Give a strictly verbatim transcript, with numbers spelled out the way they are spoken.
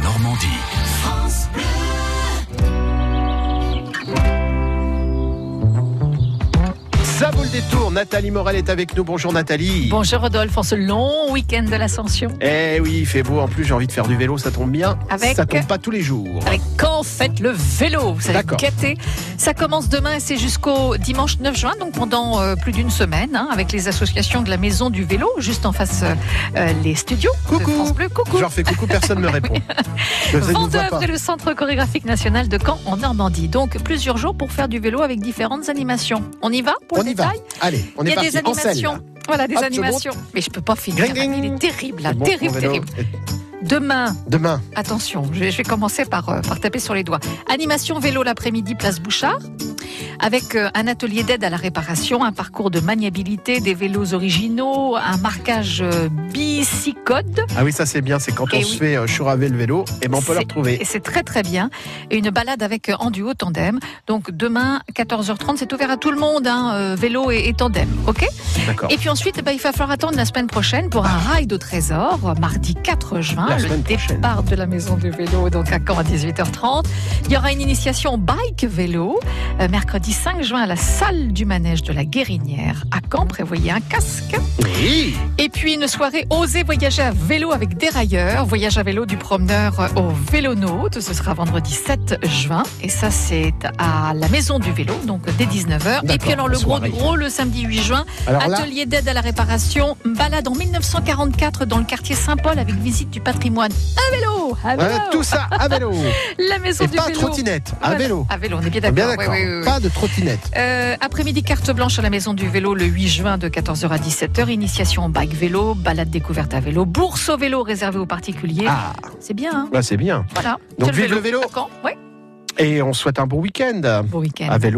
Normandie. France Bleu. Ça vaut le détour. Nathalie Morel est avec nous. Bonjour Nathalie. Bonjour Rodolphe, en ce long week-end de l'Ascension. Eh oui, il fait beau. En plus, j'ai envie de faire du vélo, ça tombe bien. Avec... Ça tombe pas tous les jours. Avec Quand faites le vélo, vous allez D'accord. gâter. Ça commence demain et c'est jusqu'au dimanche neuf juin, donc pendant euh, plus d'une semaine, hein, avec les associations de la Maison du Vélo, juste en face euh, les studios Coucou. de France Bleu. Coucou. Je leur fais coucou, personne ne me répond. Je ne nous vois Vendœuvre pas. et le Centre chorégraphique national de Caen en Normandie. Donc plusieurs jours pour faire du vélo avec différentes animations. On y va pour On le y va. détail? Allez, on Il y est a des parti. En selle, animations. là. Voilà, des Hop, je animations. Mais je peux pas finir. Gring, gring. Il est terrible, là. C'est bon, terrible, mon vélo. terrible. Demain, Demain. attention, je vais, je vais commencer par, euh, par taper sur les doigts. Animation vélo l'après-midi, place Bouchard, avec euh, un atelier d'aide à la réparation, un parcours de maniabilité, des vélos originaux, un marquage euh, bicicode. Ah oui, ça c'est bien. C'est quand on Et se oui. fait euh, churaver le vélo, et ben on peut le C'est- retrouver. Et c'est très très bien. Et une balade avec euh, en duo tandem. Donc demain, quatorze heures trente, c'est ouvert à tout le monde, hein, euh, vélo et, et tandem. Ok. D'accord. Et puis ensuite, eh ben, il va falloir attendre la semaine prochaine pour un ride au trésor, mardi quatre juin, La le semaine prochaine. départ de la maison du vélo, donc à Caen à dix-huit heures trente. Il y aura une initiation bike vélo, euh, mercredi cinq juin à la salle du manège de la Guérinière à Caen. Prévoyez un casque. Oui. Et puis une soirée Osez voyager à vélo avec dérailleur, voyage à vélo du promeneur au Vélonaute. Ce sera vendredi sept juin. Et ça, c'est à la maison du vélo, donc dès dix-neuf heures. Et D'accord, puis alors, le la gros du soirée. gros, le samedi huit juin, Alors là, atelier d'aide à la réparation, balade en mille neuf cent quarante-quatre dans le quartier Saint-Paul avec visite du patrimoine. À vélo, à vélo. euh, tout ça à vélo. La maison Et du pas à vélo. trottinette, à Voilà. vélo. À vélo, on est bien Bien d'accord. d'accord. Oui, oui, oui, oui. Pas de trottinette. Euh, après-midi, carte blanche à la maison du vélo le huit juin de quatorze heures à dix-sept heures. Initiation en bike vélo, balade découverte à vélo, bourse au vélo réservée aux particuliers. Ah, C'est bien, hein. là c'est bien. Voilà. Donc, C'est vive le vélo. À Caen. Ouais. Et on souhaite un bon week-end. Bon week-end. À vélo.